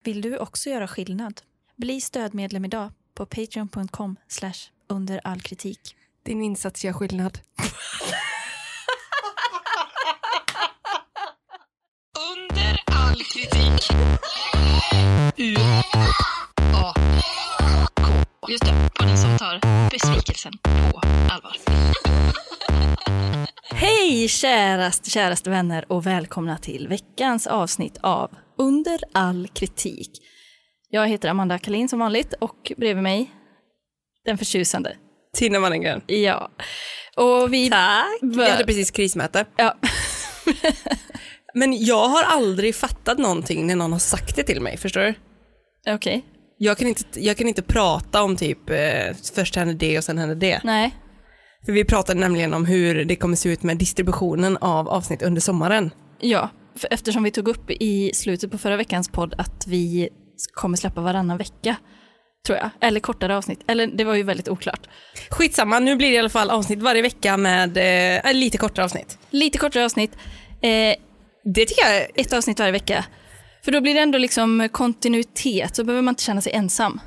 Vill du också göra skillnad? Bli stödmedlem idag på patreon.com/underallkritik. Din insats gör skillnad. Under all kritik. U-A-K. Just det, på den som tar besvikelsen på allvar. Hej käraste vänner och välkomna till veckans avsnitt av Under all kritik. Jag heter Amanda Kalin som vanligt och bredvid mig den förtjusande Tina Mannengren. Ja. Och vi Vi hade precis krismöte. Ja. Men jag har aldrig fattat någonting när någon har sagt det till mig, förstår du? Okej. Jag kan inte prata om typ först hände det och sen hände det. Nej. För vi pratade nämligen om hur det kommer se ut med distributionen av avsnitt under sommaren. Ja, för eftersom vi tog upp i slutet på förra veckans podd att vi kommer släppa varannan vecka, tror jag. Eller kortare avsnitt. Eller det var ju väldigt oklart. Skitsamma, nu blir det i alla fall avsnitt varje vecka med lite kortare avsnitt. Lite kortare avsnitt. Det tycker jag... Ett avsnitt varje vecka. För då blir det ändå liksom kontinuitet, så behöver man inte känna sig ensam.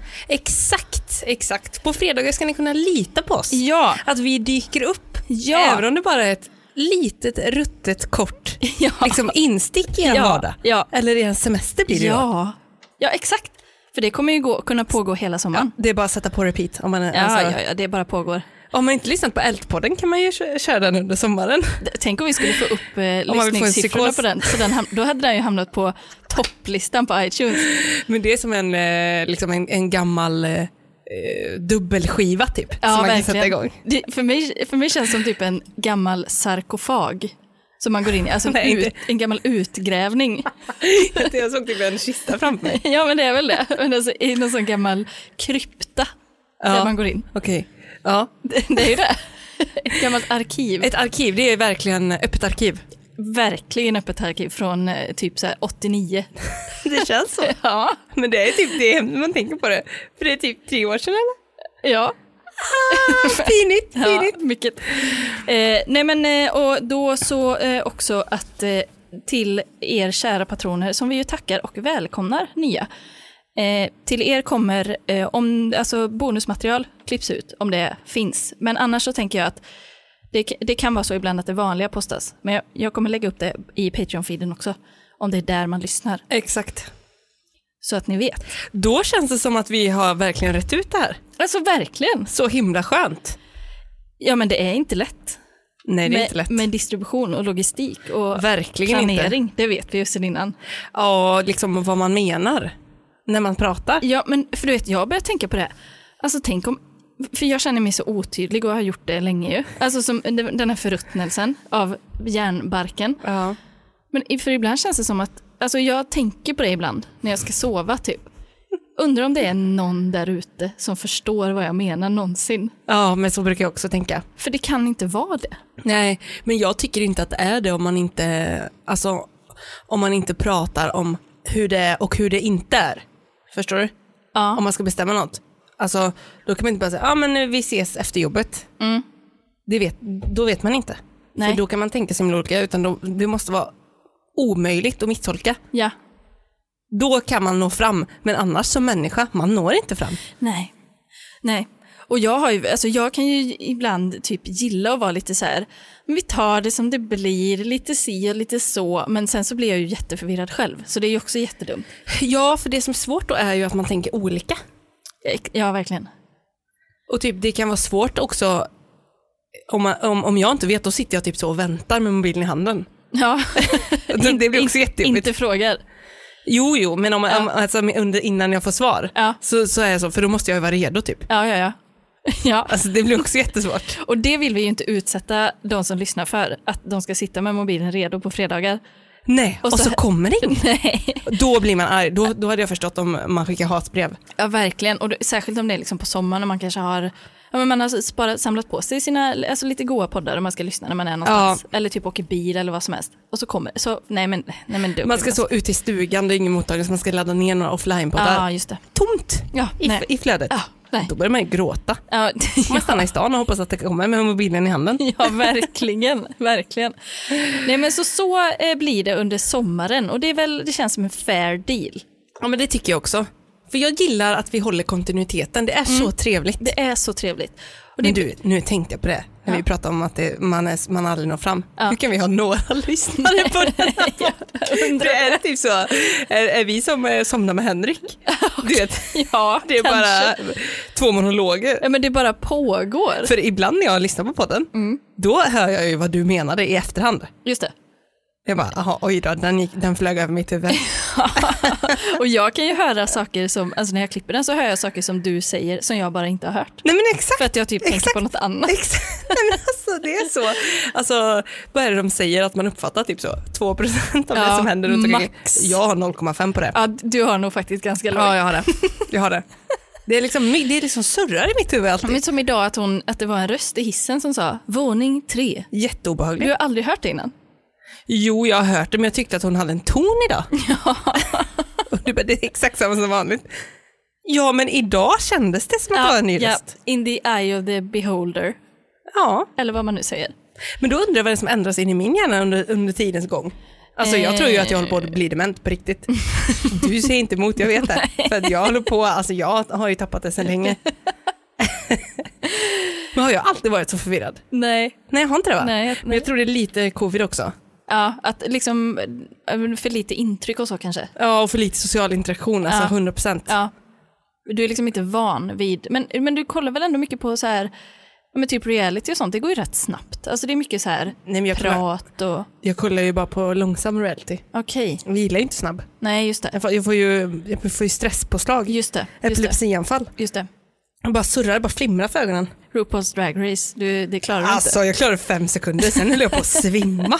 Exakt. På fredagar ska ni kunna lita på oss. Ja. Att vi dyker upp. Ja. Även om det bara är ett litet, ruttet, kort liksom instick i en vardag. Ja. Eller i en semester blir det ju. Ja, exakt. För det kommer ju kunna pågå hela sommaren. Ja, det är bara att sätta på repeat. Om man, ja, det bara pågår. Om man inte lyssnat på Ältpodden kan man ju köra den under sommaren. Tänk om vi skulle få upp lyssningssiffrorna på den. Så då hade den ju hamnat på topplistan på iTunes. Men det är som en gammal dubbelskiva typ. Ja, som man verkligen. kan sätta igång. För mig känns det som typ en gammal sarkofag som man går in i. Alltså en gammal utgrävning. Jag såg typ en kista framför mig. Ja, men det är väl det. Men alltså, i någon sån gammal krypta där man går in. Okej. Ja. Det är ju det. Ett gammalt arkiv. Ett arkiv, det är verkligen öppet arkiv. Verkligen öppet arkiv från typ så här 89. Det känns så. Ja. Men det är typ det man tänker på det. För det är typ 3 år sedan eller? Ja. Pinigt. Ja, mycket. Nej men och då så också att till er kära patroner som vi ju tackar och välkomnar nya. Till er kommer alltså bonusmaterial klipps ut om det finns. Men annars så tänker jag att det kan vara så ibland att det vanliga postas. Men jag kommer lägga upp det i Patreon-feeden också. Om det är där man lyssnar. Exakt. Så att ni vet. Då känns det som att vi har verkligen rätt ut det här. Alltså verkligen. Så himla skönt. Ja, men det är inte lätt. Nej, det är inte lätt. Med distribution och logistik och verkligen planering. Inte. Det vet vi ju sedan innan. Ja, liksom vad man menar när man pratar. Ja, men för du vet, jag börjar tänka på det. Alltså tänk om, för jag känner mig så otydlig och har gjort det länge ju. Alltså som den här förruttnelsen av järnbarken. Ja. Men för ibland känns det som att, alltså jag tänker på det ibland när jag ska sova typ. Undrar om det är någon där ute som förstår vad jag menar någonsin. Ja, men så brukar jag också tänka. För det kan inte vara det. Nej, men jag tycker inte att det är det om man inte pratar om hur det är och hur det inte är. Förstår du? Ja. Om man ska bestämma något. Alltså, då kan man inte bara säga, men vi ses efter jobbet. Mm. Då vet man inte. Nej. För då kan man tänka sig olika, utan det måste vara omöjligt att misstolka. Ja. Då kan man nå fram, men annars som människa, man når inte fram. Nej. Och jag kan ju ibland typ gilla att vara lite så här, men vi tar det som det blir, lite si och lite så, men sen så blir jag ju jätteförvirrad själv, så det är ju också jättedumt. Ja, för det som är svårt då är ju att man tänker olika. Ja, verkligen. Och typ det kan vara svårt också, om jag inte vet, då sitter jag typ så och väntar med mobilen i handen. Ja. Det blir också jättejobbigt. Inte frågar. Jo, men innan jag får svar så är jag så, för då måste jag ju vara redo typ. Ja. Alltså det blir också jättesvårt. Och det vill vi ju inte utsätta de som lyssnar för, att de ska sitta med mobilen redo på fredagar. Nej, och så kommer det inte. Nej. Då blir man arg. Då hade jag förstått om man skickar hatbrev. Ja, verkligen. Och särskilt om det är liksom på sommaren och man kanske har... Ja, men man har samlat på sig sina lite goa poddar om man ska lyssna när man är någonstans. Ja. Eller typ åker bil eller vad som helst. Och så kommer så nej men man ska så ut i stugan, det är ingen mottagning, så man ska ladda ner några offline-poddar. Ja, just det. Tomt i flödet. Ja, nej. Då börjar man ju gråta. Ja, man stannar i stan och hoppas att det kommer med mobilen i handen. Ja, verkligen. Nej, men så blir det under sommaren. Och det känns som en fair deal. Ja, men det tycker jag också. För jag gillar att vi håller kontinuiteten. Det är så trevligt. Det är så trevligt. Och Men du, nu tänkte jag på det. När vi pratar om att man aldrig når fram. Hur kan vi ha några lyssnare på det? Det är typ så. Är vi som somnar med Henrik? Du vet, Ja, det är kanske. bara 2 monologer. Ja, men det bara pågår. För ibland när jag lyssnar på podden, då hör jag ju vad du menade i efterhand. Just det. Jag bara, aha, oj då, den flög över mitt huvud. Och jag kan ju höra saker som, alltså när jag klipper den så hör jag saker som du säger som jag bara inte har hört. Nej men exakt. För att jag typ tänker på något annat. Exakt. Nej, men alltså, det är så. Alltså, vad är det de säger att man uppfattar typ så? 2% av det som händer runt omkring. max. Jag har 0,5 på det. Ja, du har nog faktiskt ganska lågt. Ja, jag har det. Det är liksom surrar i mitt huvud alltid. Men som idag att det var en röst i hissen som sa våning 3. Jätteobehagligt. Du har aldrig hört det innan? Jo, jag har hört det, men jag tyckte att hon hade en ton idag. Ja. Och det är exakt samma som vanligt. Ja, men idag kändes det som att det var en ny röst. In the eye of the beholder. Ja. Eller vad man nu säger. Men då undrar jag vad det är som ändras in i min hjärna under tidens gång. Alltså jag tror ju att jag håller på att bli dement på riktigt. Du ser inte emot, jag vet det. För att jag håller på, alltså jag har ju tappat det sedan länge. Men har jag alltid varit så förvirrad? Nej, Nej, jag har inte det va? Nej. Men jag tror det är lite covid också. Ja, att liksom för lite intryck och så kanske. Ja, och för lite social interaktion, alltså 100%. Ja, du är liksom inte van vid, men du kollar väl ändå mycket på så här, men typ reality och sånt, det går ju rätt snabbt. Alltså det är mycket så här Nej, men prat och... Jag kollar ju bara på långsam reality. Okej. Jag gillar ju inte snabb. Nej, just det. Jag får ju stresspåslag. Just det. Epilepsianfall. Just det. Jag bara surrar, bara flimrar för ögonen. RuPaul's Drag Race, det klarar du Alltså, jag klarade 5 sekunder, sen höll jag på att svimma.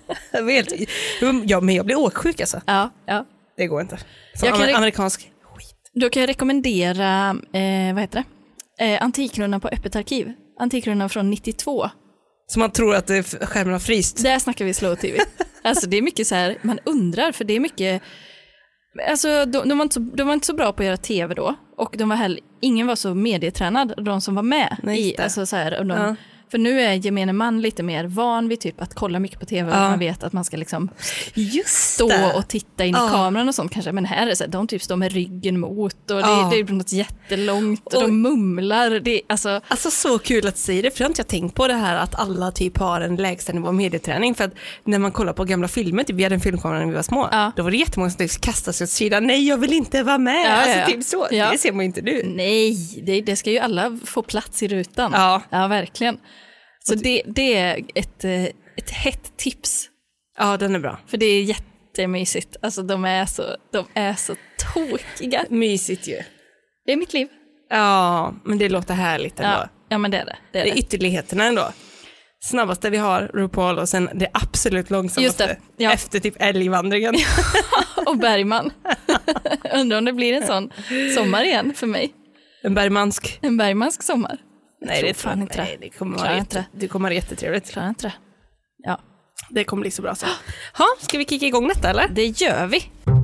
Ja, men jag blir åksjuk alltså. Ja. Det går inte. Som Jag kan amerikansk skit. Då kan jag rekommendera, vad heter det? Antikrundan på Öppet arkiv. Antikrundan från 92. Så man tror att skärmen har fryst. Där snackar vi slow tv. Alltså det är mycket så här, man undrar, för det är mycket... Alltså de var inte så bra på att göra tv då. Och ingen var så medietränad, de som var med. Alltså så här, för nu är gemene man lite mer van vid typ att kolla mycket på tv. Och man vet att man ska liksom stå och titta in i kameran och sånt kanske. Men här är det så här, de typ står med ryggen mot. Och det är något jättelångt. Och de mumlar. Det, alltså så kul att säga det. För jag har inte tänkt på det här att alla typ har en lägsta nivå medieträning. För att när man kollar på gamla filmer, typ vi hade en filmkamera när vi var små. Då var det jättemånga som typ kastade sig åt sidan. Nej, jag vill inte vara med. Typ så. Det ser man ju inte nu. Nej, det ska ju alla få plats i rutan. Ja, verkligen. Så det är ett hett tips. Ja, den är bra. För det är jättemysigt. Alltså de är så tokiga. Mysigt ju. Det är mitt liv. Ja, men det låter härligt ändå. Ja, men det är det. Det är ytterligheterna ändå. Snabbaste vi har RuPaul och sen det absolut långsammaste efter typ älgvandringen. Och Bergman. Undrar om det blir en sån sommar igen för mig. En bergmansk sommar. Nej, det tror jag inte. Nej, det kommer vara jättetrevligt. Klarar inte det. Ja. Det kommer bli så bra så. Ska vi kicka igång detta eller? Det gör vi.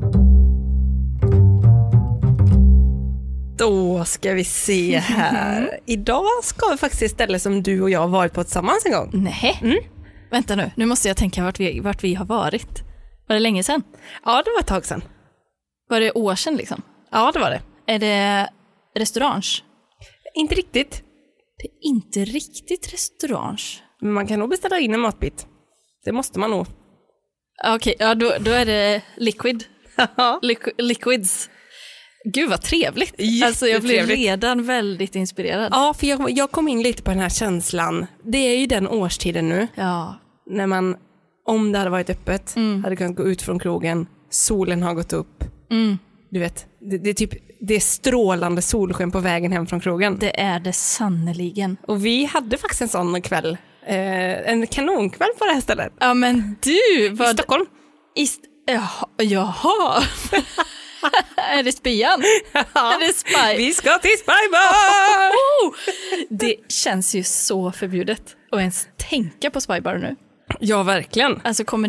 Då ska vi se här. Idag ska vi faktiskt ställa som du och jag har varit på tillsammans en gång. Nej. Vänta nu måste jag tänka vart vi har varit. Var det länge sedan? Ja, det var ett tag sedan. Var det år sedan liksom? Ja, det var det. Är det restaurange? Inte riktigt. Det är inte riktigt restaurange. Men man kan nog beställa in en matbit. Det måste man nog. Okej, då är det liquid. Liquids. Gud vad trevligt. Alltså jag blev redan väldigt inspirerad. Ja, för jag kom in lite på den här känslan. Det är ju den årstiden nu. Ja. När man, om det hade varit öppet, hade kunnat gå ut från krogen. Solen har gått upp. Du vet, det är strålande solsken på vägen hem från krogen. Det är det sannoliken. Och vi hade faktiskt en sån kväll. En kanonkväll på det här stället. Ja, men du var... I Stockholm. Jaha. Är det Spyan? Är det Spy? Vi ska till Spybar! Det känns ju så förbjudet att ens tänka på Spybar nu. Ja, verkligen. Alltså kommer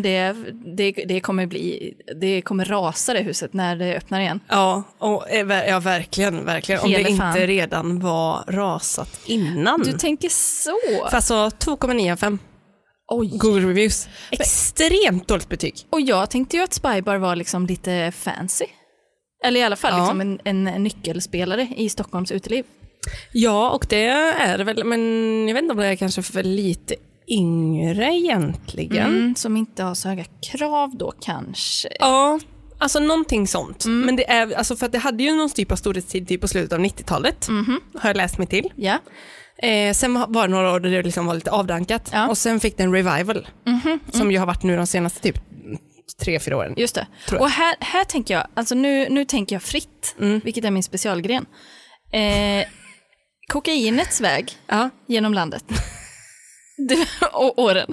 det kommer rasa det huset när det öppnar igen. Ja, verkligen. Om det inte redan var rasat innan. Du tänker så. För alltså 2,9 av 5. Oj. Google Reviews. Extremt dåligt betyg. Och jag tänkte ju att Spybar var liksom lite fancy. Eller i alla fall liksom en nyckelspelare i Stockholms uteliv. Ja, och det är väl, men jag vet inte om det är kanske för lite yngre egentligen. Som inte har så höga krav då kanske. Ja, alltså någonting sånt. Men det är, alltså för att det hade ju någon typ av storhetstid typ på slutet av 90-talet. Har jag läst mig till. Ja. Sen var det några år där det liksom var lite avdankat. Ja. Och sen fick det en revival. Som ju har varit nu de senaste typ 3-4 åren. Just det. Och här tänker jag, alltså nu tänker jag fritt, vilket är min specialgren. Kokainets väg genom landet. Och åren.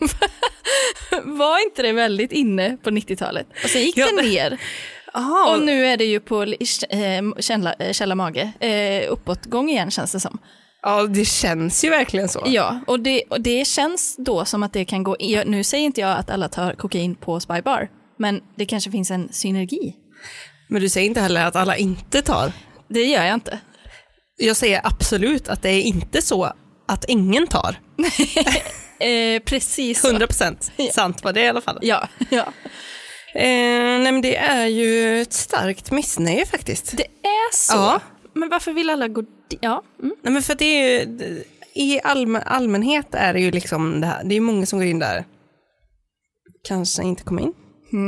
Var inte det väldigt inne på 90-talet? Och sen gick det ner. Och nu är det ju på källa mage. Uppåtgång igen känns det som. Ja, det känns ju verkligen så. Ja, och det känns då som att det kan gå... Nu säger inte jag att alla tar kokain på Spy Bar, men det kanske finns en synergi. Men du säger inte heller att alla inte tar? Det gör jag inte. Jag säger absolut att det är inte så att ingen tar. Precis. 100% sant var det i alla fall. Ja. Nej, men det är ju ett starkt missnöje faktiskt. Det är så? Ja. Men varför vill alla gå dit? Ja. Nej, men för det är ju, i allmänhet är det ju liksom det här. Det är många som går in där. Kanske inte kommer in.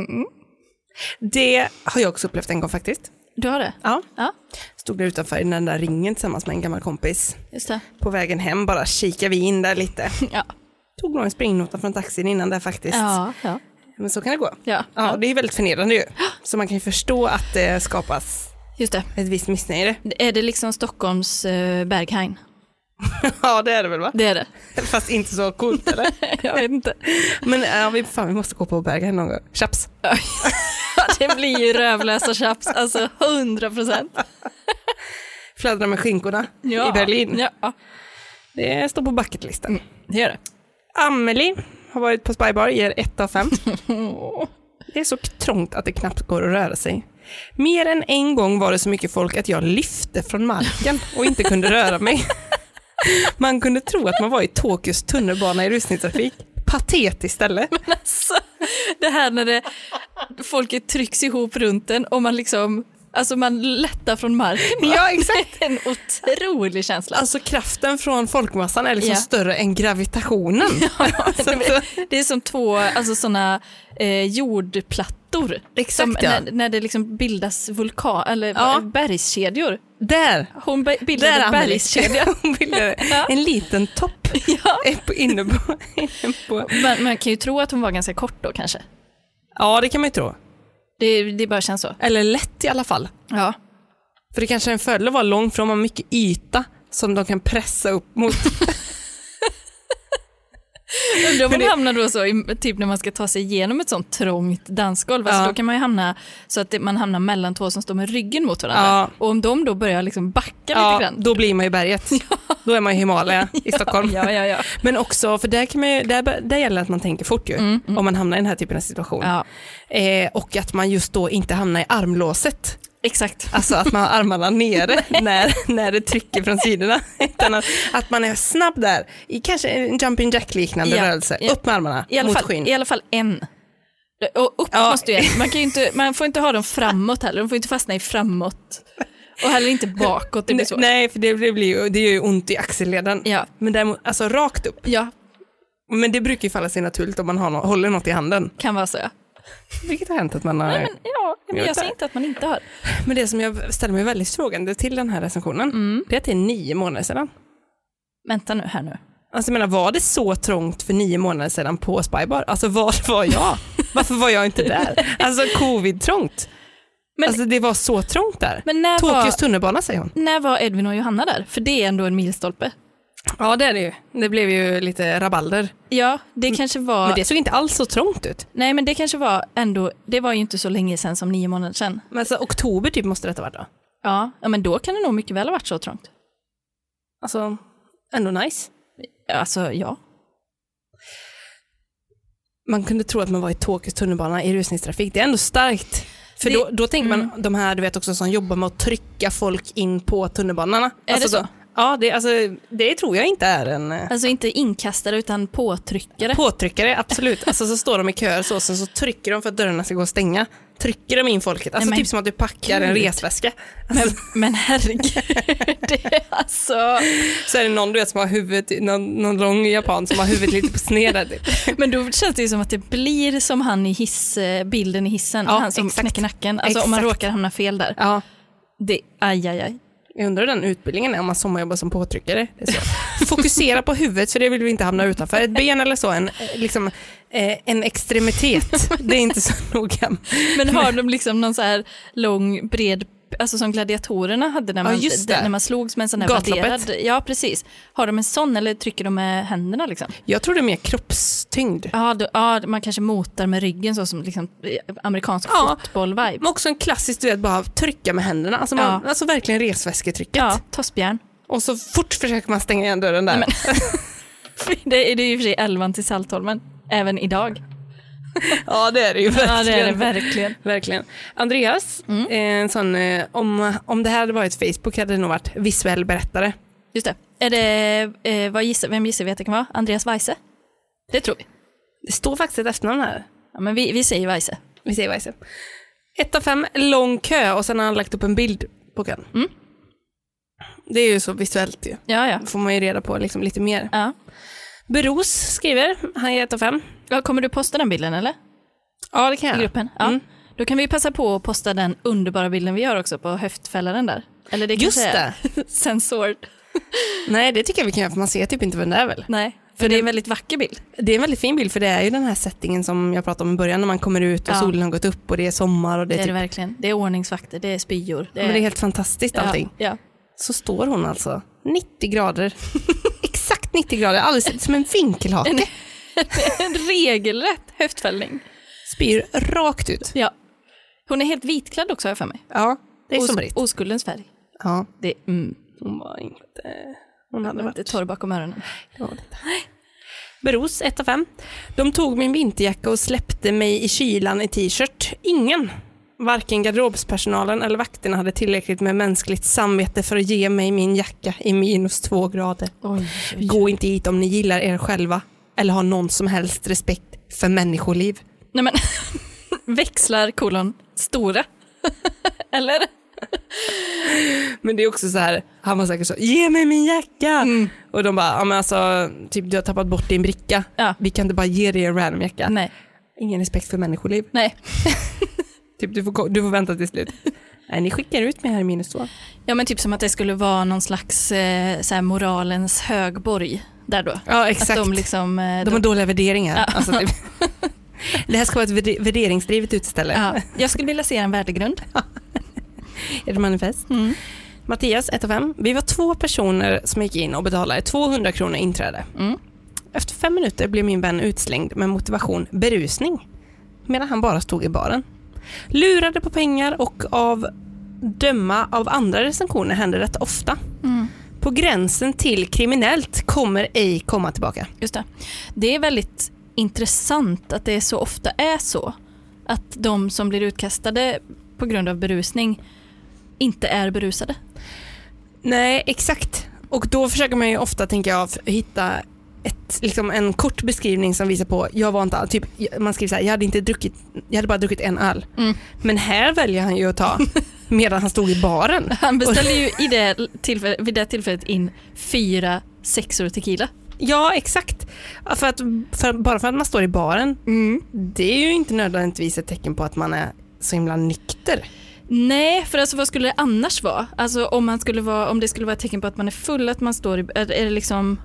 Det har jag också upplevt en gång faktiskt. Du har det? Ja. Stod där utanför i den där ringen tillsammans med en gammal kompis. Just det. På vägen hem bara kikade vi in där lite. Ja. Tog nog en springnota från taxin innan där faktiskt. Ja. Men så kan det gå. Ja. Det är väldigt förnedrande ju. Så man kan ju förstå att det skapas ett visst missnöje. Är det liksom Stockholms Berghain? Ja, det är det väl, va? Det är det. Fast inte så coolt, eller? Jag vet inte. Men vi måste gå på Berghain någon gång. Chaps. Ja, det blir ju rövlösa chaps. Alltså 100%. Fladdra med skinkorna i Berlin. Ja. Det står på bucketlistan. Det gör det. Amelie har varit på Spy Bar, ger 1 av 5. Det är så trångt att det knappt går att röra sig. Mer än en gång var det så mycket folk att jag lyfte från marken och inte kunde röra mig. Man kunde tro att man var i Tokyos tunnelbana i rusningstrafik. Patetiskt ställe. Men alltså, det här när folket trycks ihop runt en och man liksom... Alltså man lättar från marken. Ja, exakt. Det är en otrolig känsla. Alltså kraften från folkmassan är liksom större än gravitationen. Ja, det är som 2 alltså såna jordplattor. Exakt, när det liksom bildas bergskedjor. Där. Hon bildade bergskedja. Hon bildade en liten topp inne på. Man kan ju tro att hon var ganska kort då kanske. Ja, det kan man ju tro. Det bara känns så. Eller lätt i alla fall. Ja. För det kanske är en fördel att vara lång, för de har mycket yta som de kan pressa upp mot. Undrar om man hamnar då så, typ när man ska ta sig igenom ett sånt trångt dansgolv. Alltså då kan man ju hamna så att man hamnar mellan 2 som står med ryggen mot varandra. Ja. Och om de då börjar liksom backa lite grann. Då blir man ju berget. Då är man i Himalaya i Stockholm. Ja. Men också, för där, kan man ju, där gäller att man tänker fort ju. Om man hamnar i den här typen av situation. Ja. Och att man just då inte hamnar i armlåset. Exakt. Alltså att man har armarna nere när det trycker från sidorna. Utan att man är snabb där. I kanske en jumping jack-liknande rörelse. Upp med armarna mot skinn. I alla fall en. Och upp måste ju man får inte ha dem framåt heller. De får inte fastna i framåt. Och heller inte bakåt. Det blir svårt. Nej, för det gör ju ont i axelleden. Ja. Men däremot, alltså rakt upp. Ja. Men det brukar ju falla sig naturligt om man håller något i handen. Kan vara så, ja. Vilket har hänt att man har... Nej, men jag säger inte att man inte har. Men det som jag ställer mig väldigt frågande till den här recensionen, det är att det är 9 månader sedan. Vänta nu, här nu. Alltså jag menar, var det så trångt för 9 månader sedan på Spy Bar? Alltså var var jag? Varför var jag inte där? Alltså covid-trångt. Men, alltså det var så trångt där. Men Tokyos tunnelbana, säger hon. När var Edvin och Johanna där? För det är ändå en milstolpe. Ja, det är det ju. Det blev ju lite rabalder. Ja, det kanske var... Men det såg inte alls så trångt ut. Nej, men det kanske var ändå... Det var ju inte så länge sedan som 9 månader sedan. Men alltså oktober typ måste detta vara då? Ja, men då kan det nog mycket väl ha varit så trångt. Alltså, ändå nice. Alltså, ja. Man kunde tro att man var i Tokyos tunnelbana i rusningstrafik. Det är ändå starkt. För då tänker man, de här, du vet också, som jobbar med att trycka folk in på tunnelbanorna. Är alltså det så? Ja, det tror jag inte är en... Alltså inte inkastare utan påtryckare. Påtryckare, absolut. Alltså så står de i kö och så trycker de för att dörrarna ska gå och stänga. Trycker de in folket. Alltså typ som att du packar en resväska. Alltså. Men herregud, det är alltså... Så är det någon du vet som har huvudet, någon lång japan som har huvudet lite på sned. Men då känns det ju som att det blir som han i bilden i hissen. Ja, han som knäcker nacken. Alltså om man råkar hamna fel där. Ja. Det, aj. Jag undrar den utbildningen är om man sommarjobbar som påtryckare. Det är så. Fokusera på huvudet, för det vill vi inte hamna utanför. Ett ben eller så, en extremitet. Det är inte så noga. Men har de liksom någon så här lång, bred, alltså som gladiatorerna hade när man slogs med en sån här värderad. Ja, precis. Har de en sån eller trycker de med händerna liksom? Jag tror det är mer kroppstyngd. Ja, man kanske motar med ryggen så som liksom amerikansk fotboll-vibe. Men också en klassisk, du vet, bara trycka med händerna. Alltså verkligen resväsketrycket. Ja, tossbjärn. Och så fort försöker man stänga igen dörren där. Det är ju för sig 11 till Saltholmen, även idag. Ja, det är det ju verkligen. Ja, det är det verkligen. Verkligen. Andreas, en sån, om det här hade varit Facebook hade det nog varit visuell berättare. Just det. Är det, vem gissar vi att det kan vara? Andreas Weise? Det tror vi. Det står faktiskt ett efternamn här. Ja, men vi säger Weise. Vi säger Weise. 1 av 5, lång kö och sen har han lagt upp en bild på kön. Mm. Det är ju så visuellt ju. Ja. Får man ju reda på liksom lite mer. Ja. Beros skriver, han är 1 av 5. Ja, kommer du posta den bilden eller? Ja, det kan jag. I gruppen? Ja. Mm. Då kan vi passa på att posta den underbara bilden vi har också på höftfällaren där. Eller det just det. Sensor. Nej, det tycker jag vi kan göra, för man ser typ inte vem det är väl. Nej, för det är en väldigt vacker bild. Det är en väldigt fin bild, för det är ju den här settingen som jag pratade om i början, när man kommer ut och solen har gått upp och det är sommar. Och det är det verkligen. Det är ordningsvakter, det är spyor. Men det är helt fantastiskt allting. Ja. Så står hon alltså 90 grader. Exakt 90 grader, alldeles som en vinkelhake. En regelrätt höftfällning. Spyr rakt ut. Ja. Hon är helt vitklad också, här för mig. Ja, det är som Britt. Oskuldens färg. Ja. Hon var inte... Hon hade varit torr bakom öronen. Ja, Beros 1 av 5. De tog min vinterjacka och släppte mig i kylan i t-shirt. Ingen. Varken garderobspersonalen eller vakterna hade tillräckligt med mänskligt samvete för att ge mig min jacka i -2 grader. Oj. Gå inte hit om ni gillar er själva eller har någon som helst respekt för människoliv. Nej men, växlar stora. Eller? Men det är också så här, han var säkert så, ge mig min jacka. Och de bara, ja men alltså, typ du har tappat bort din bricka. Ja. Vi kan inte bara ge dig en random jacka. Nej. Ingen respekt för människoliv. Nej. Typ du får vänta till slut. Nej, ni skickar ut mig här i -2. Ja, men typ som att det skulle vara någon slags så här moralens högborg där då. Ja, exakt. Att de liksom... de har dåliga värderingar. Ja. Alltså, typ. Det här ska vara ett värderingsdrivet utställe. Ja. Jag skulle vilja se en värdegrund. Ett manifest. Mattias, 1 av 5. Vi var 2 personer som gick in och betalade 200 kronor inträde. Efter 5 minuter blev min vän utslängd med motivation berusning. Medan han bara stod i baren. Lurade på pengar och av döma av andra recensioner händer detta ofta. På gränsen till kriminellt kommer ej komma tillbaka. Just det. Det är väldigt intressant att det så ofta är så. Att de som blir utkastade på grund av berusning inte är berusade. Nej, exakt. Och då försöker man ju ofta, tänker jag, hitta en kort beskrivning som visar på, jag var inte typ, man skriver så här, jag hade bara druckit en öl. Men här väljer han ju att ta medan han stod i baren. Han beställde ju vid det tillfället in 4 sexor tequila. Ja, exakt. Bara för att man står i baren, det är ju inte nödvändigtvis ett tecken på att man är så himla nykter. Nej, för alltså vad skulle det annars vara? Alltså om det skulle vara ett tecken på att man är full, att man står i, är det liksom,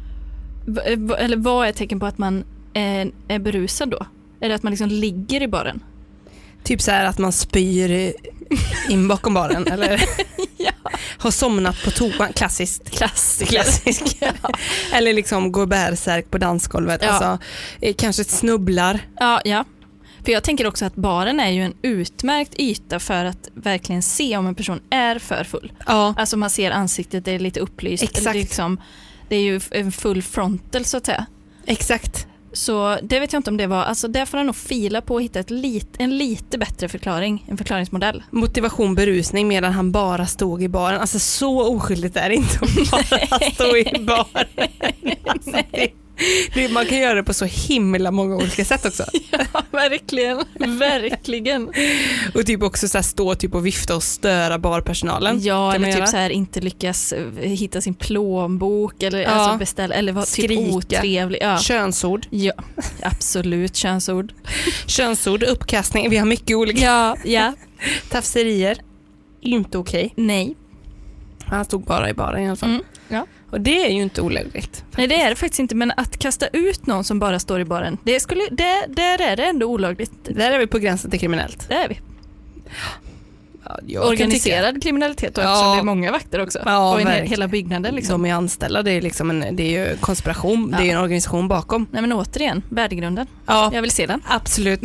eller vad är ett tecken på att man är berusad då? Är det att man liksom ligger i baren? Typ så här att man spyr in bakom baren eller har somnat på toan, klassiskt. Ja. Eller liksom går bärsärk på dansgolvet, alltså kanske snubblar. Ja. För jag tänker också att baren är ju en utmärkt yta för att verkligen se om en person är för full. Ja. Alltså man ser ansiktet, det är lite upplyst. Exakt. Det är ju en full frontal så att säga. Exakt. Så det vet jag inte om det var. Alltså där får han nog fila på att hitta en lite bättre förklaring. En förklaringsmodell. Motivation, berusning medan han bara stod i baren. Alltså så oskyldigt är det inte att bara stå i baren. Alltså, man kan göra det på så himla många olika sätt också. Ja, verkligen. Verkligen. Och typ också så här stå typ och vifta och störa barpersonalen. Ja, eller typ så här inte lyckas hitta sin plånbok eller alltså beställa eller vara typ otrevlig. Ja. Könsord. Ja, absolut könsord. Könsord, uppkastning. Vi har mycket olika. Ja. Tafserier. Inte okej. Nej. Han stod bara i baren i alla fall. Ja. Och det är ju inte olagligt. Nej, det är det faktiskt inte. Men att kasta ut någon som bara står i baren, där är det ändå olagligt. Där är vi på gränsen till kriminellt. Det är vi. Ja, organiserad kriminalitet och eftersom det är många vakter också. Ja, och hela byggnaden. Liksom. De är anställda, det är, liksom det är ju konspiration, det är en organisation bakom. Nej, men återigen, värdegrunden. Ja, jag vill se den. Absolut.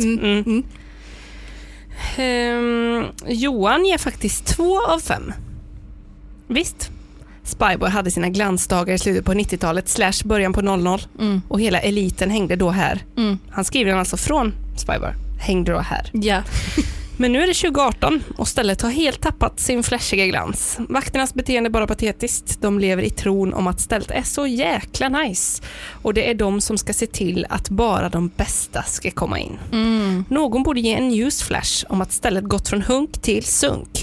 Johan ger faktiskt 2 av 5. Visst. Spybar hade sina glansdagar i slutet på 90-talet / början på 00 och hela eliten hängde då här. Han skriver den alltså från Spybar. Hängde då här. Ja. Men nu är det 2018 och stället har helt tappat sin flashiga glans. Vakternas beteende är bara patetiskt. De lever i tron om att stället är så jäkla nice. Och det är de som ska se till att bara de bästa ska komma in. Någon borde ge en newsflash om att stället gått från hunk till sunk.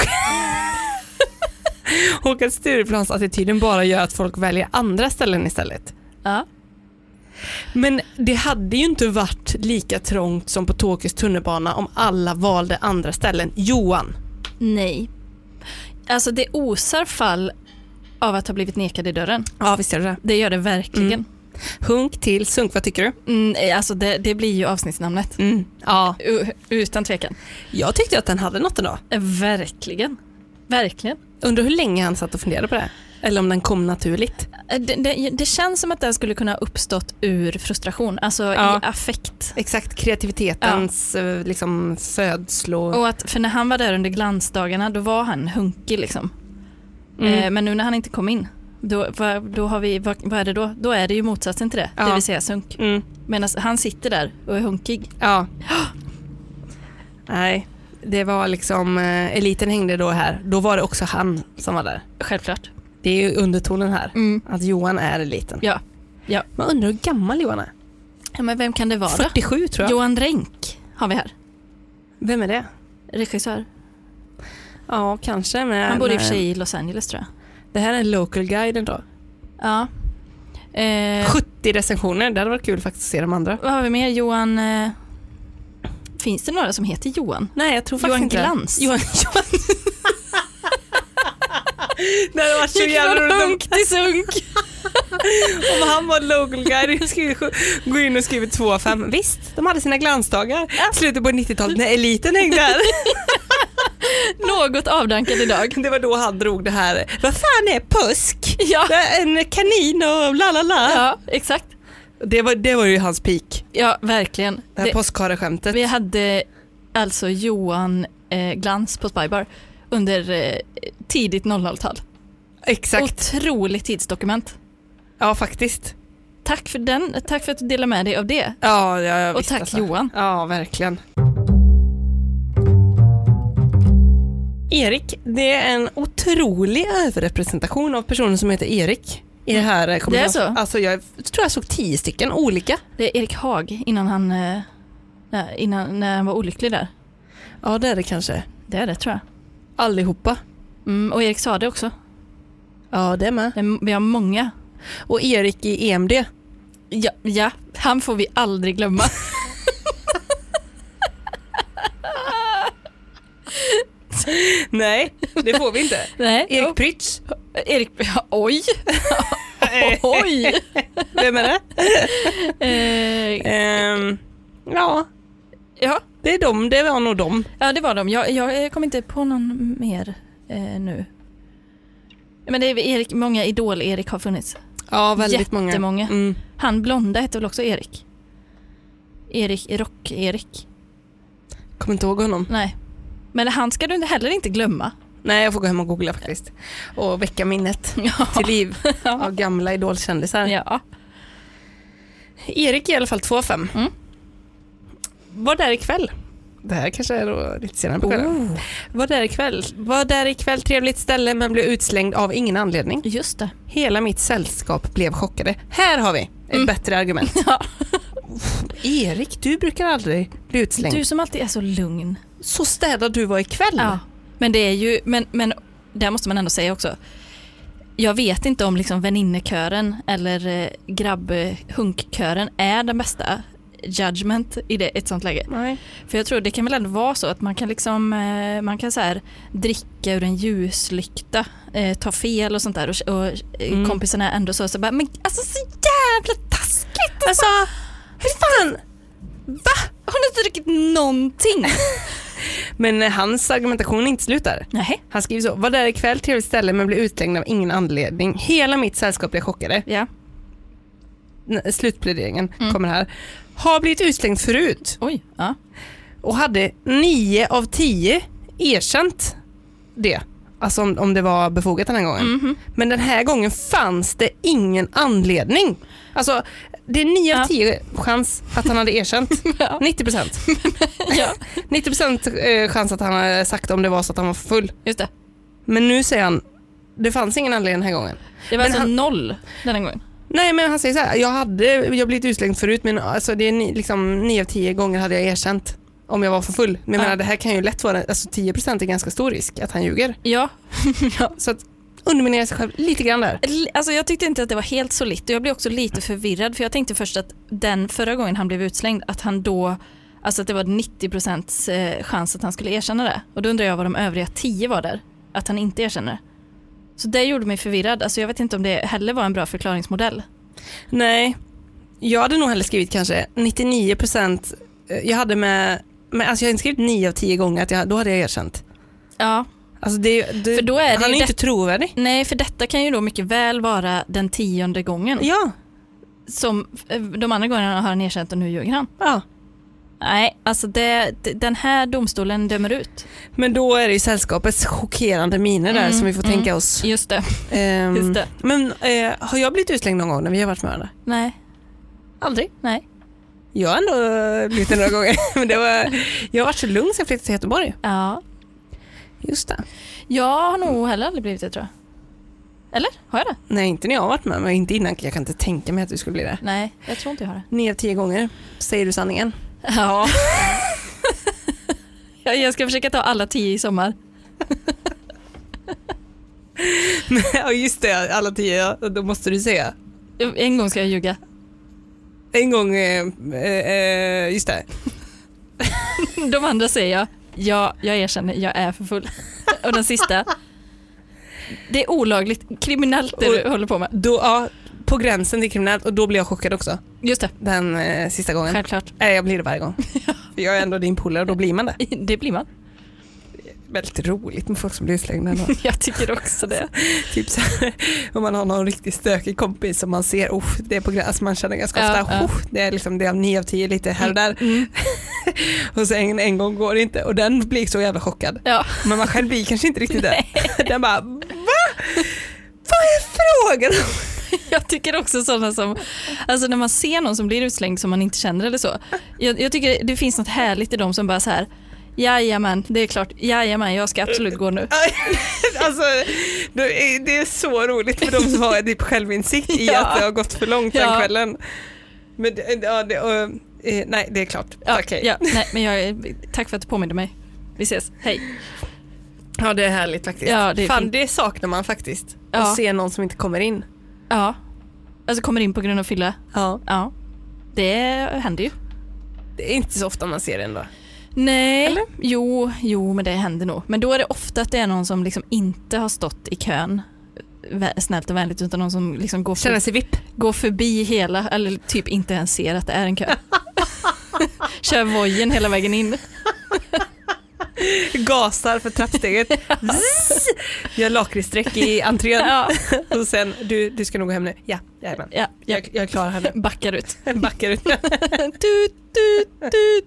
Och att Stureplansattityden bara gör att folk väljer andra ställen istället. Ja. Men det hade ju inte varit lika trångt som på Tokyos tunnelbana om alla valde andra ställen. Johan. Nej. Alltså det osar fall av att ha blivit nekad i dörren. Ja, visst gör det. Det gör det verkligen. Hunk till sunk, vad tycker du? Alltså det blir ju avsnittsnamnet. Ja. Utan tvekan. Jag tyckte att den hade något ändå. Verkligen. Verkligen. Undrar hur länge han satt och funderade på det. Eller om den kom naturligt. Det känns som att den skulle kunna ha uppstått ur frustration. Alltså i affekt. Exakt, kreativitetens liksom födslo. Och att, för när han var där under glansdagarna, då var han hunkig liksom. Men nu när han inte kom in, då har vi, vad är det då? Då är det ju motsatsen till det. Det vill säga sunk. Medan han sitter där och är hunkig. Ja. Nej. Det var liksom, eliten hängde då här. Då var det också han som var där. Självklart. Det är ju undertonen här. Att Johan är eliten. Ja. Man undrar hur gammal Johan är. Ja, men vem kan det vara 47 då? tror jag. Johan Renck har vi här. Vem är det? Regissör. Ja, kanske. Men han bor i och för sig i Los Angeles tror jag. Det här är en local guide då. Ja. 70 recensioner. Det hade varit kul faktiskt att se de andra. Vad har vi mer? Johan... Finns det några som heter Johan? Nej, jag tror faktiskt Johan inte Glans. Johan. Det var så jävla hunk till sunk. Om han var local guide gå in och skriva 2 av 5. Visst, de hade sina glansdagar. Slutet på 90-talet när eliten hängde där. Något avdankad idag. Det var då han drog det här. Vad fan är påsk? Ja. En kanin och lalala. Ja, exakt. Det var ju hans peak. Ja, verkligen. Det här påskhareskämtet. Vi hade alltså Johan Glans på Spybar under tidigt 00-tal. Exakt. Otroligt tidsdokument. Ja, faktiskt. Tack för att du delar med dig av det. Ja, och tack alltså. Johan. Ja, verkligen. Erik, det är en otrolig överrepresentation av personer som heter Erik i det här. Det är så? Alltså jag tror jag såg 10 stycken olika. Det är Erik Haag innan när han var olycklig där. Ja, det är det kanske. Det är det tror jag. Allihopa. Och Erik sa det också. Ja, det är med. Vi har många. Och Erik i EMD. Ja, han får vi aldrig glömma. Nej, det får vi inte. Nej. Erik Prytz. Oj. Oj. Vem är det? Ja. Det var nog dem. Ja, det var dem. Jag kom inte på någon mer nu. Men det är Erik, många Idol-Erik har funnits. Ja, väldigt många. Jättemånga. Han blonda hette väl också Erik? Rock-Erik. Kommer inte ihåg honom. Nej. Men han ska du heller inte glömma. Nej, jag får gå hem och googla faktiskt. Och väcka minnet till liv av gamla idolkändisar. Ja. Erik är i alla fall 2,5. Var där ikväll? Det här kanske är då lite senare på kvällen. Var där ikväll, trevligt ställe men blev utslängd av ingen anledning. Just det. Hela mitt sällskap blev chockade. Här har vi ett bättre argument. Ja. Erik, du brukar aldrig bli utslängd. Du som alltid är så lugn. Så städad du var ikväll. Ja. Men det är ju, men där måste man ändå säga också. Jag vet inte om liksom väninnekören eller grabbhunkkören är den bästa judgment i ett sånt läge. Nej. För jag tror det kan väl ändå vara så att man kan liksom man kan så här dricka ur en ljuslykta, ta fel och sånt där och kompisarna är ändå så bara, men alltså så jävla taskigt. Alltså, hur fan? Va? Hon har inte druckit någonting. Men hans argumentation inte slutar. Nej. Han skriver så: var där ikväll, trevligt ställe men blev utslängd av ingen anledning. Hela mitt sällskap blev chockade. Ja. Slutpläderingen kommer här. Har blivit utslängd förut. Oj, ja. Och hade 9 av 10 erkänt det. Alltså om det var befogat den här gången. Men den här gången fanns det ingen anledning. Alltså det är 9 av 10 chans att han hade erkänt. 90%. Ja. 90% chans att han hade sagt om det var så att han var full. Just det. Men nu säger han, det fanns ingen anledning den här gången. Det var men alltså 0 den här gången. Nej, men han säger så här: jag blivit utslängd förut, men alltså det är liksom 9 av 10 gånger hade jag erkänt om jag var för full. Men jag menar, det här kan ju lätt vara, alltså 10% är ganska stor risk att han ljuger. Ja. Ja. Så att underminera sig själv lite grann där. Alltså jag tyckte inte att det var helt så litt och jag blev också lite förvirrad för jag tänkte först att den förra gången han blev utslängd att han då, alltså att det var 90% chans att han skulle erkänna det. Och då undrar jag vad de övriga 10 var där, att han inte erkänner det. Så det gjorde mig förvirrad. Alltså jag vet inte om det heller var en bra förklaringsmodell. Nej, jag hade nog heller skrivit kanske 99%. Jag hade alltså jag hade skrivit 9 av 10 gånger att då hade jag erkänt. Ja. Alltså för då är han är inte trovärdig. Nej, för detta kan ju då mycket väl vara den 10:e gången. Ja. Som de andra gångerna har han erkänt och nu ljuger han. Ja. Nej, alltså den här domstolen dömer ut. Men då är det ju sällskapets chockerande miner där som vi får tänka oss. Just det. Just det. Men har jag blivit utslängd någon gång när vi har varit med varandra? Nej. Aldrig? Nej. Jag har ändå blivit några gånger. Men jag har varit så lugn sen jag flyttade till Göteborg. Ja. Just det. Jag har nog heller aldrig blivit det, tror jag. Eller? Har jag det? Nej, inte när jag har varit med, men inte innan. Jag kan inte tänka mig att du skulle bli det. Nej, jag tror inte jag har det. 9 av 10 gånger. Säger du sanningen? Ja. Jag ska försöka ta alla 10 i sommar. Ja, just det. Alla 10, ja. Då måste du säga. En gång ska jag ljuga. En gång, just det. De andra säger jag erkänner, jag är för full. Och den sista, det är olagligt, kriminellt det du håller på med. Då, ja, på gränsen till kriminellt, och då blir jag chockad också. Just det. Den sista gången. Självklart. Jag blir det varje gång. För jag är ändå din polare och då blir man det. Det blir man. Väldigt roligt med folk som blir utslängda. Jag tycker också det. Typ så här, om man har någon riktigt stökig kompis som man ser, det är på gräs, man känner ganska ofta, det är liksom det av 9 av 10 lite här och där. Och så en gång går det inte, och den blir så jävla chockad. Ja. Men man själv blir kanske inte riktigt det. Den bara, va? Vad är frågan? Jag tycker också sådana som, alltså när man ser någon som blir utslängd som man inte känner eller så. Jag tycker det finns något härligt i dem som bara så här: jajamän, det är klart. Jajamän, jag ska absolut gå nu. Alltså, det är så roligt för de som har typ självinsikt i att det har gått för långt den kvällen. Men nej, det är klart. Okay. Nej, men tack för att du påminner mig. Vi ses, hej. Ja, det är härligt faktiskt. Ja, det är fan, det saknar man faktiskt. Att se någon som inte kommer in. Ja, alltså kommer in på grund av fylla. Ja, det händer ju. Det är inte så ofta man ser det ändå. Nej, eller? Jo, men det händer nog. Men då är det ofta att det är någon som liksom inte har stått i kön snällt och vänligt, utan någon som liksom går förbi hela, eller typ inte ens ser att det är en kö. Kör vojen hela vägen in. Gasar för trappsteget. Gör lakritssträck i entrén. Ja. Och sen, du ska nog gå hem nu. Ja. Jag är klar här nu. Backar ut. Tut.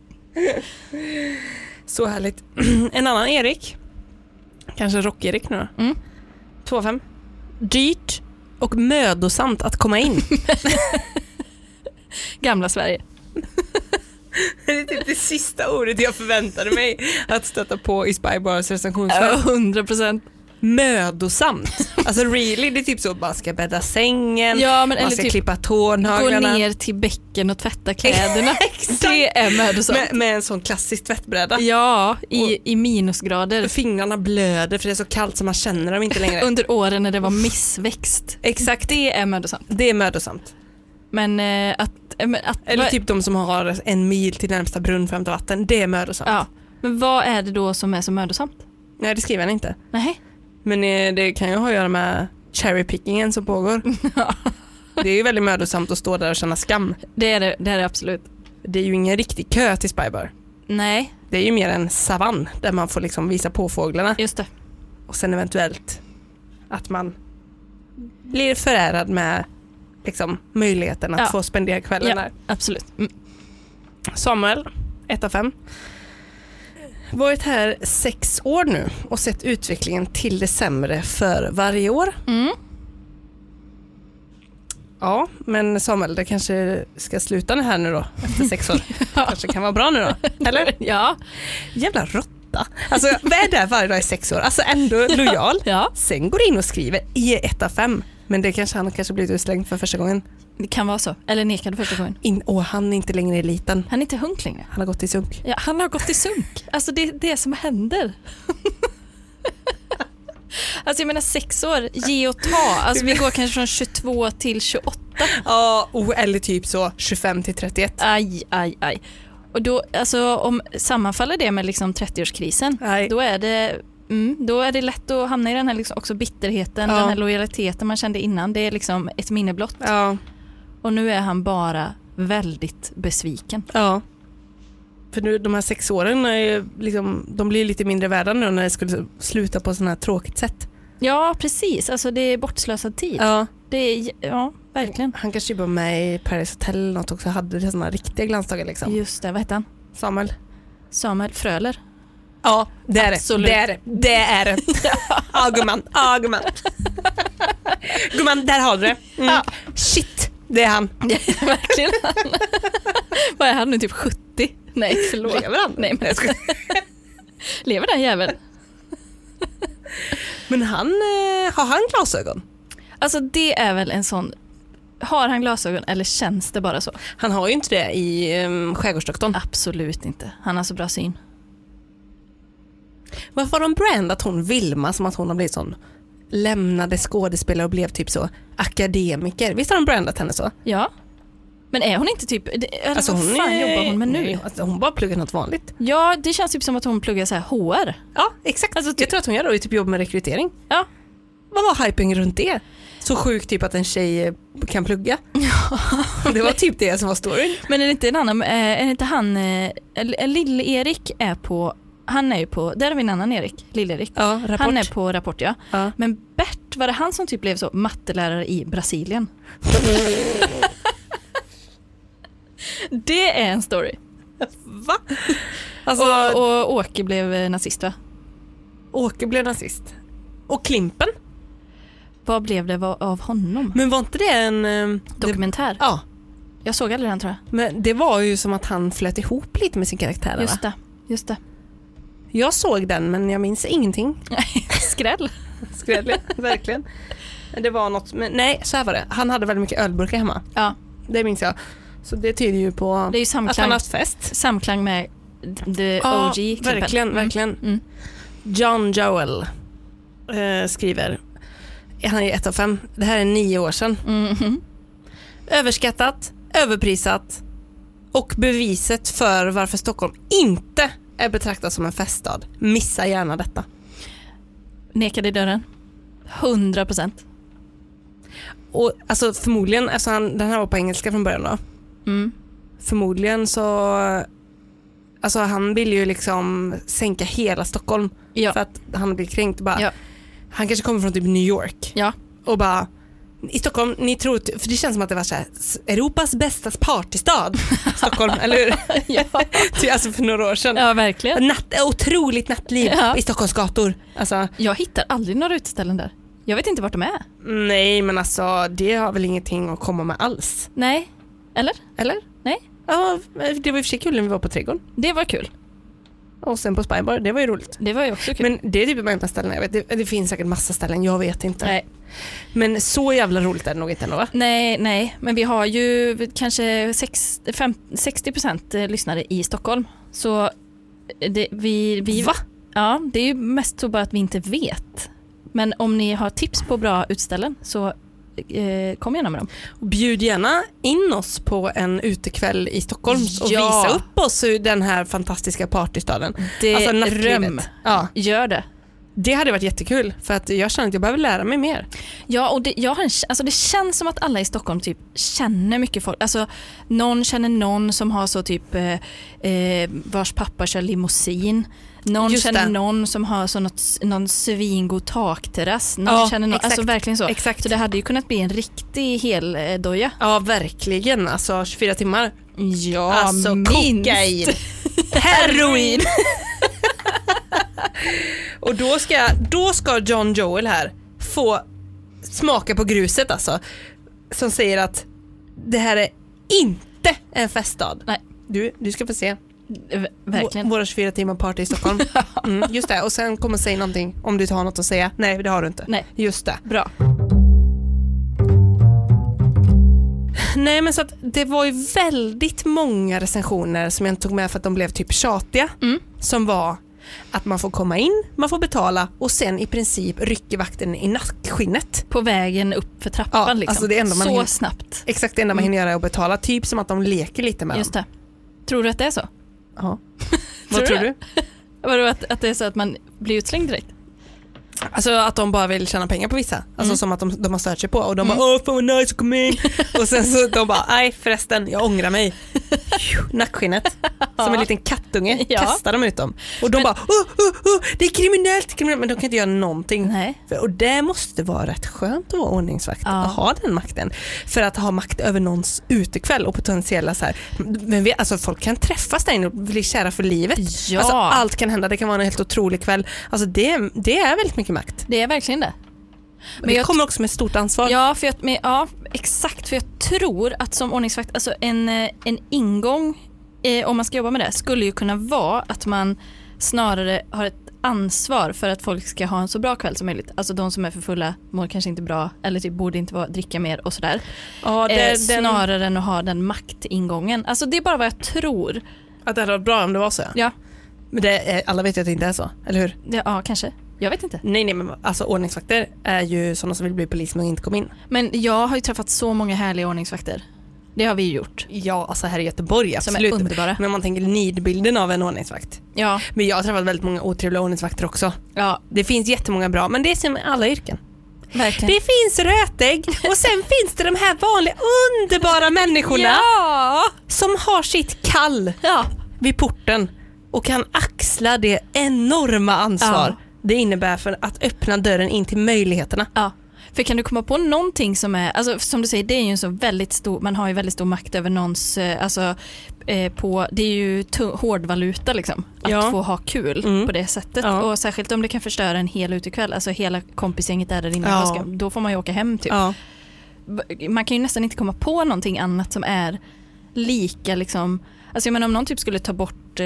Så härligt. En annan Erik, kanske Rock-Erik nu då. 2,5. Dyrt och mödosamt att komma in. gamla Sverige. Det är typ det sista ordet jag förväntade mig att stöta på i Spybars recensionsfält. 100%. Mödosamt. Alltså really, det är typ så att man ska bädda sängen, ja, man ska typ klippa tånaglarna. Gå ner till bäcken och tvätta kläderna. Det är mödosamt. Med en sån klassisk tvättbräda. Ja, i minusgrader. Fingrarna blöder för det är så kallt så man känner dem inte längre. Under åren när det var missväxt. Exakt. Det är mödosamt. Det är mödosamt. Men eller typ de som har 1 mil till närmsta brunn för att hämta vatten. Det är mödosamt. Ja. Men vad är det då som är så mödosamt? Nej, det skriver han inte. Nej. Men det kan ju ha att göra med cherrypickingen som pågår. Det är ju väldigt mödosamt att stå där och känna skam. Det är det absolut. Det är ju ingen riktig kö till Spybar. Nej. Det är ju mer en savann där man får liksom visa på fåglarna. Just det. Och sen eventuellt att man blir förärad med liksom möjligheten att få spendera kvällen där. Absolut. Samuel, 1 av 5. Varit här 6 år nu och sett utvecklingen till det sämre för varje år. Ja, men Samuel, det kanske ska sluta här nu då efter 6 år. Kanske kan vara bra nu då, eller? Ja. Jävla råtta. Alltså, vad är det varje dag i 6 år? Alltså ändå lojal. Ja. Sen går in och skriver i 1 av 5. Men det kanske han kanske blivit utslängd för första gången. Det kan vara så. Eller nekad första gången. Och han är inte längre i eliten. Han är inte hunk längre. Han har gått i sunk. Ja, han har gått i sunk. Alltså det är det som händer. Alltså jag menar 6 år, ge och ta. Alltså vi går kanske från 22 till 28. Ja, eller typ så 25 till 31. Aj. Och då, alltså om sammanfaller det med liksom 30-årskrisen, då är det lätt att hamna i den här liksom också bitterheten, den här lojaliteten man kände innan. Det är liksom ett minne blott. Ja. Och nu är han bara väldigt besviken. Ja. För nu, de här 6 åren är liksom, de blir lite mindre värda nu när det skulle sluta på sån här tråkigt sätt. Ja, precis. Alltså det är bortslösad tid. Ja. Det är, verkligen. Han kanske var med i Paris Hotel eller något också, hade det såna riktiga glansdagar liksom. Just det, vad heter han? Samuel Fröler. Ja, det är absolut. Det är det. Ja, gumman. Gumman, där har du det. Ja. Shit, det är han. Verkligen han. Vad är han nu, typ 70? Nej, förlåt. Lever han? Nej, men lever den jäveln? Men har han glasögon? Alltså det är väl en sån. Har han glasögon eller känns det bara så? Han har ju inte det i Skärgårdsdoktorn. Absolut inte. Han har så bra syn. Varför har de brandat hon Vilma som att hon har blivit sån lämnade skådespelare och blev typ så akademiker? Visst har de brandat henne så? Ja. Men är hon inte typ, alltså vad fan jobbar hon med nu? Nej, alltså hon bara pluggar något vanligt. Ja, det känns typ som att hon pluggar så här HR. Ja, exakt. Alltså, jag tror att hon gör det, typ jobb med rekrytering. Ja. Vad var hypen runt det? Så sjukt typ att en tjej kan plugga. Ja. Det var typ det som var storyn. Men är det inte en annan, är det inte han, Lill-Erik är på, han är ju på, där har vi en annan Erik, Lill-Erik. Ja, Rapport. Han är på Rapport, ja. Ja. Men Bert, var det han som typ blev så mattelärare i Brasilien? Det är en story. Va? Alltså, och Åke blev nazist, va? Åke blev nazist. Och Klimpen? Vad blev det av honom? Men var inte det en dokumentär? Ja. Jag såg aldrig den, tror jag. Men det var ju som att han flöt ihop lite med sin karaktär. Just det. Jag såg den, men jag minns ingenting. Skräll, verkligen. Det var något, men nej, så här var det. Han hade väldigt mycket ölburkar hemma. Ja. Det minns jag. Så det tyder ju på det är ju att han haft fest. Samklang med the OG. Verkligen. John Joel skriver, han är 1 av 5. Det här är 9 år sedan. Överskattat, överprisat och beviset för varför Stockholm inte är betraktat som en feststad. Missa gärna detta. Nekade i dörren. 100%. Och alltså förmodligen, alltså den här var på engelska från början då. Förmodligen så, alltså han vill ju liksom sänka hela Stockholm för att han blir kränkt bara. Ja. Han kanske kommer från typ New York. Ja. Och bara, i Stockholm, ni tror, för det känns som att det var så här, Europas bästa partystad, Stockholm, eller hur? Ja. Alltså för några år sedan. Ja, verkligen. Otroligt nattliv i Stockholms gator. Alltså, jag hittar aldrig några uteställen där. Jag vet inte vart de är. Nej, men alltså det har väl ingenting att komma med alls. Nej, eller? Nej. Ja, det var i och för sig kul när vi var på trädgården. Det var kul. Och sen på Spybar, det var ju roligt. Det var ju också kul. Men det är typ de enda ställen jag vet. Det finns säkert massa ställen, jag vet inte. Nej. Men så jävla roligt är det nog inte ändå, va? Nej, men vi har ju kanske 60% lyssnare i Stockholm. Så vi Va? Ja, det är ju mest så bara att vi inte vet. Men om ni har tips på bra utställen så kom gärna med dem. Bjud gärna in oss på en utekväll i Stockholm och visa upp oss i den här fantastiska partystaden. Det nattlivet. Ja. Gör det. Det hade varit jättekul för att jag känner att jag behöver lära mig mer. Ja, och det känns som att alla i Stockholm typ känner mycket folk. Alltså någon känner någon som har så typ vars pappa kör limousin. Någon känner någon som har så någon svingod takterrass. Någon känner någon, alltså verkligen så. Exakt. Så det hade ju kunnat bli en riktig hel doja. Ja, verkligen. Alltså 24 timmar. Ja, alltså minst. kokain. Heroin. Och då ska John Joel här få smaka på gruset alltså. Som säger att det här är inte en feststad. Nej. Du ska få se. Verkligen. Våra 24 timmar party i Stockholm. Just det, och sen kommer säga någonting om du har något att säga. Nej, det har du inte. Nej. Just det. Bra. Nej, men så att det var ju väldigt många recensioner som jag tog med för att de blev typ tjatiga. Som var att man får komma in, man får betala och sen i princip rycker vakten i nackskinnet. På vägen upp för trappan liksom. Alltså det enda man så hinner, snabbt. Exakt, det enda man hinner göra är att betala. Typ som att de leker lite med Just det. Tror du att det är så? Ja. Vad tror du? Vadå, att det är så att man blir utslängd direkt? Alltså att de bara vill tjäna pengar på vissa. Alltså som att de har stört sig på. Och de bara, åh fan vad nice att komma in. Och sen så de bara, nej förresten, jag ångrar mig. Nackskinnet. Som en liten kattunge. Kastar de ut dem. Och de bara, det är kriminellt. Men de kan inte göra någonting. Nej. Och det måste vara rätt skönt att vara ordningsvakt. Att ha den makten. För att ha makt över någons utekväll och potentiella så här. Men alltså folk kan träffas där inne och bli kära för livet. Ja. Alltså allt kan hända. Det kan vara en helt otrolig kväll. Alltså det är väldigt mycket makt. Det är verkligen det. Men det kommer också med stort ansvar. Ja, exakt. För jag tror att som ordningsvakt, alltså en ingång om man ska jobba med det skulle ju kunna vara att man snarare har ett ansvar för att folk ska ha en så bra kväll som möjligt. Alltså de som är för fulla mår kanske inte bra eller typ borde inte dricka mer och sådär. Ja, snarare än att ha den maktingången. Alltså det är bara vad jag tror. Att det hade varit bra om det var så. Ja. Men alla vet ju att det inte är så, eller hur? Ja, kanske. Jag vet inte. Nej, men alltså ordningsvakter är ju sådana som vill bli polis men inte komma in. Men jag har ju träffat så många härliga ordningsvakter. Det har vi ju gjort. Ja, alltså här i Göteborg, absolut. Som är underbara. Men man tänker nidbilden av en ordningsvakt. Ja. Men jag har träffat väldigt många otrevliga ordningsvakter också. Ja. Det finns jättemånga bra, men det är som alla yrken. Verkligen. Det finns rötägg och sen finns det de här vanliga underbara människorna som har sitt kall vid porten och kan axla det enorma ansvar det innebär för att öppna dörren in till möjligheterna. Ja. För kan du komma på någonting som är, alltså som du säger, det är ju en så väldigt stor, man har ju väldigt stor makt över någons, alltså det är ju hårdvaluta liksom, att få ha kul på det sättet. Ja. Och särskilt om det kan förstöra en hel utekväll, alltså hela kompisgänget är där inne, då får man ju åka hem typ. Ja. Man kan ju nästan inte komma på någonting annat som är lika liksom, alltså jag menar om någon typ skulle ta bort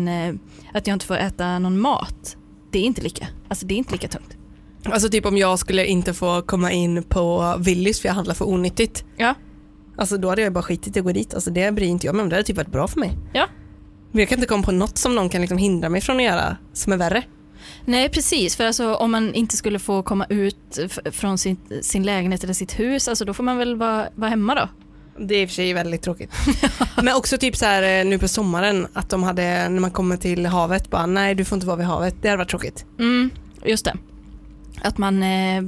att jag inte får äta någon mat, det är inte lika tungt. Alltså typ om jag skulle inte få komma in på Willys för jag handlar för onyttigt. Ja. Alltså då hade jag bara skitit i att gå dit. Alltså det bryr inte jag mig om. Det hade typ varit bra för mig. Ja. Men jag kan inte komma på något som någon kan liksom hindra mig från att göra som är värre. Nej, precis. För alltså, om man inte skulle få komma ut från sin lägenhet eller sitt hus, alltså då får man väl vara hemma då. Det är i och för sig väldigt tråkigt. Men också typ så här nu på sommaren att de hade, när man kommer till havet, bara nej du får inte vara vid havet. Det hade varit tråkigt. Just det. Att man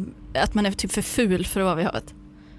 är typ för ful för att vara vid havet.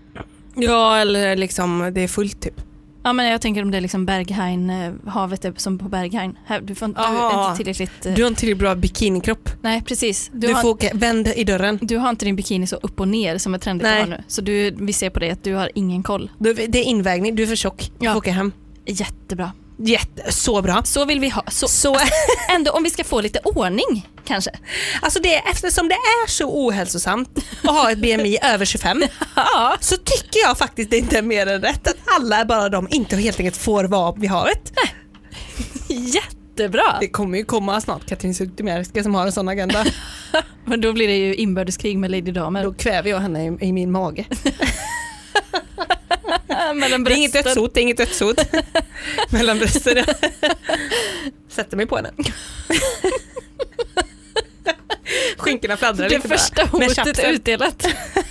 Ja, eller liksom det är fullt typ. Ja, men jag tänker om det är liksom Berghain, havet är som på Berghain. Du får inte tillräckligt... Du har inte tillräckligt bra bikinikropp. Nej, precis. Du får vänd i dörren. Du har inte din bikini så upp och ner som är trendigt att ha nu. Så vi ser på det att du har ingen koll. Det är invägning, du är för tjock. Du får åka hem. Jättebra. Så bra. Så vill vi ha. Så ändå om vi ska få lite ordning kanske. Alltså eftersom det är så ohälsosamt att ha ett BMI över 25 så tycker jag faktiskt det inte är mer än rätt att alla är bara de inte helt enkelt får vara vid havet. Jättebra. Det kommer ju komma snart Katrin Zytomierska som har en sån agenda. Men då blir det ju inbördeskrig med Lady Damer. Då kväver jag henne i min mage. Mellan det är inget dödshot. Mellan brösten. Sätter mig på henne. Skinkorna fladdrar lite. Det första hotet är utdelat.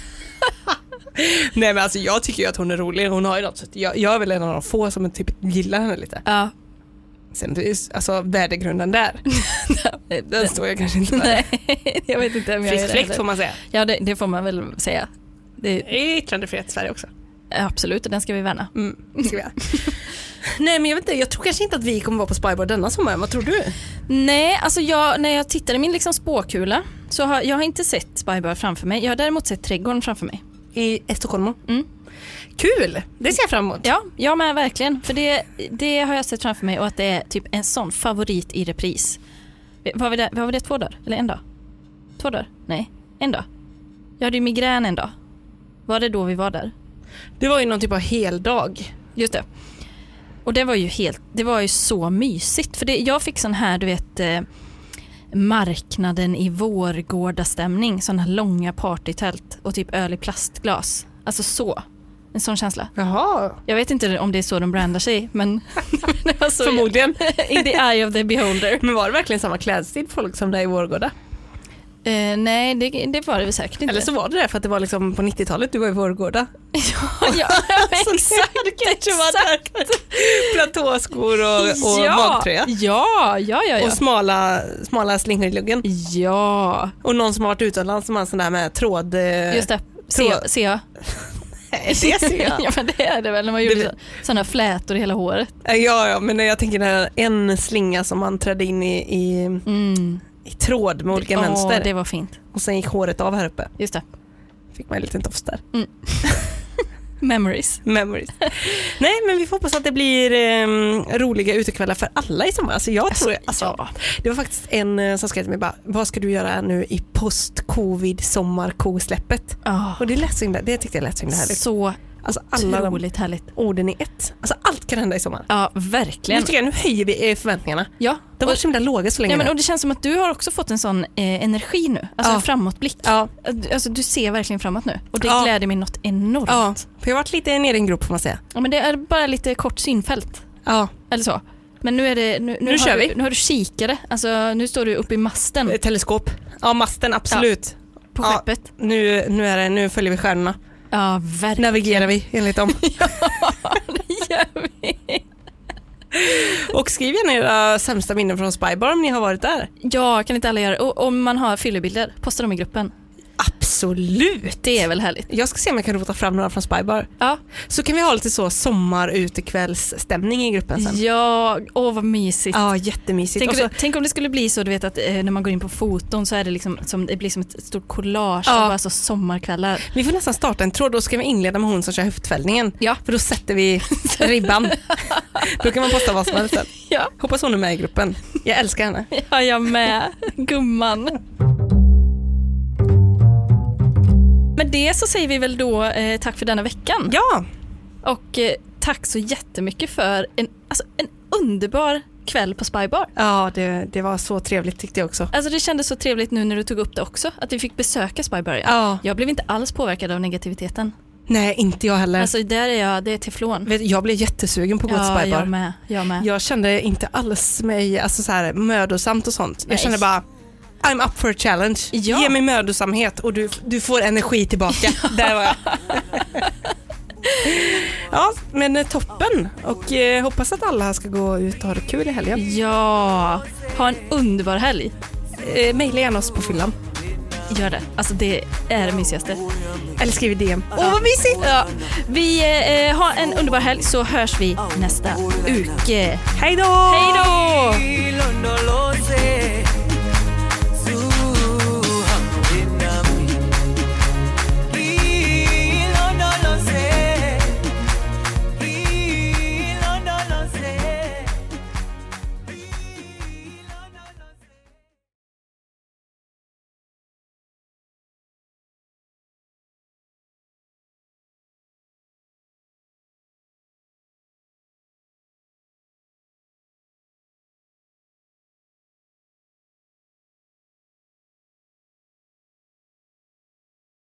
Nej men alltså jag tycker ju att hon är rolig. Hon har ju något sätt. Jag är väl en av de få som typ gillar henne lite. Ja. Sen alltså värdegrunden där. Den står jag kanske inte där. Nej, jag vet inte om jag frisk fläkt får man säga. Ja, det får man väl säga. Det är yttrandefrihet i Sverige också. Absolut, den ska vi värna. Ska vi Nej, men jag vet inte, jag tror kanske inte att vi kommer vara på Spybar denna sommar. Vad tror du? Nej, alltså när jag tittar i min liksom spåkula så har jag inte sett Spybar framför mig. Jag har däremot sett trädgården framför mig. I Stockholm? Kul, det ser jag fram emot. Ja, jag med verkligen. För det har jag sett framför mig och att det är typ en sån favorit i repris. Var vi det 2 dagar? Eller en dag? 2 dagar? Nej, en dag. Jag hade ju migrän en dag. Var det då vi var där? Det var ju någon typ av heldag. Just det. Och det var ju så mysigt. För jag fick sån här, du vet, marknaden i Vårgårdastämning. Såna långa partytält och typ öl i plastglas. Alltså så. En sån känsla. Jaha. Jag vet inte om det är så de brandar sig, men det var så. Förmodligen. In the eye of the beholder. Men var det verkligen samma klädstil folk som där i Vårgårda? Nej, det var det väl säkert inte. Eller så var det för att det var liksom på 90-talet du var i Vårgårda. Ja, exakt. Det kanske var där. Platåskor och magtröja. Ja. Och smala slingor i luggen. Ja. Och någon som har varit utomlands som har en sån där med tråd. Just det, ser jag. Det ser jag. Ja, men det är det väl när man gjorde sådana flätor i hela håret. Ja, men jag tänker när en slinga som man trädde in i tråd med olika mönster. Det var fint. Och sen gick håret av här uppe. Just det. Fick man en liten tofs där. Memories. Nej, men vi får hoppas att det blir roliga utekvällar för alla i sommar. Alltså jag tror, det var faktiskt en som skrev till mig bara, vad ska du göra nu i post-covid sommarkosläppet? Och det tyckte jag lät så himla härligt. Så alltså alla otroligt härligt. Orden i ett. Alltså allt kan hända i sommar. Ja, verkligen. Nu höjer vi förväntningarna. Ja. De var så himla låga så länge. Ja, men och det känns som att du har också fått en sån energi nu. Alltså en framåtblick. Ja. Alltså du ser verkligen framåt nu. Och det gläder mig något enormt. Ja, för jag har varit lite nere i en grop får man säga. Ja, men det är bara lite kort synfält. Ja. Eller så. Men nu är det nu kör vi. Nu har du kikare. Alltså nu står du uppe i masten. Teleskop. Ja, masten absolut. Ja, på skeppet. Nu följer vi stjärnorna. Ja, verkligen. Navigerar vi enligt dem. Ja, det gör vi. Och skriv gärna era sämsta minnen från Spybar om ni har varit där. Ja, kan inte alla göra. Och om man har fyllebilder, posta dem i gruppen. Absolut. Det är väl härligt. Jag ska se om jag kan rota fram några från Spybar. Ja. Så kan vi ha lite så sommarutekvällsstämning i gruppen sen. Ja, vad mysigt. Ja, jättemysigt. Tänk om det skulle bli så, du vet att när man går in på foton så är det liksom det blir som ett stort collage av bara så sommarkvällar. Vi får nästan starta en tråd, då ska vi inleda med hon som kör höftfällningen. Ja. För då sätter vi ribban. Då kan man posta vad som helst sen. Ja. Hoppas hon är med i gruppen. Jag älskar henne. Ja, jag med. Gumman. Med det så säger vi väl då tack för denna veckan. Ja. Och tack så jättemycket för en underbar kväll på Spybar. Ja, det var så trevligt tyckte jag också. Alltså det kändes så trevligt nu när du tog upp det också. Att vi fick besöka Spybar. Ja. Jag blev inte alls påverkad av negativiteten. Nej, inte jag heller. Alltså det är teflon. Jag blev jättesugen på att gå till Spybar. Jag med. Jag kände inte alls mig alltså så här mödosamt och sånt. Jag kände bara I'm up for a challenge. Ja. Ge mig mödosamhet och du får energi tillbaka. Ja. Där var jag. Ja, men toppen. Och hoppas att alla ska gå ut och ha det kul i helgen. Ja, ha en underbar helg. Maila gärna oss på fyllan. Gör det. Alltså det är det mysigaste. Eller skriv DM. Vad mysigt. Ja. Vi har en underbar helg så hörs vi nästa uke. Hej då! Hej då!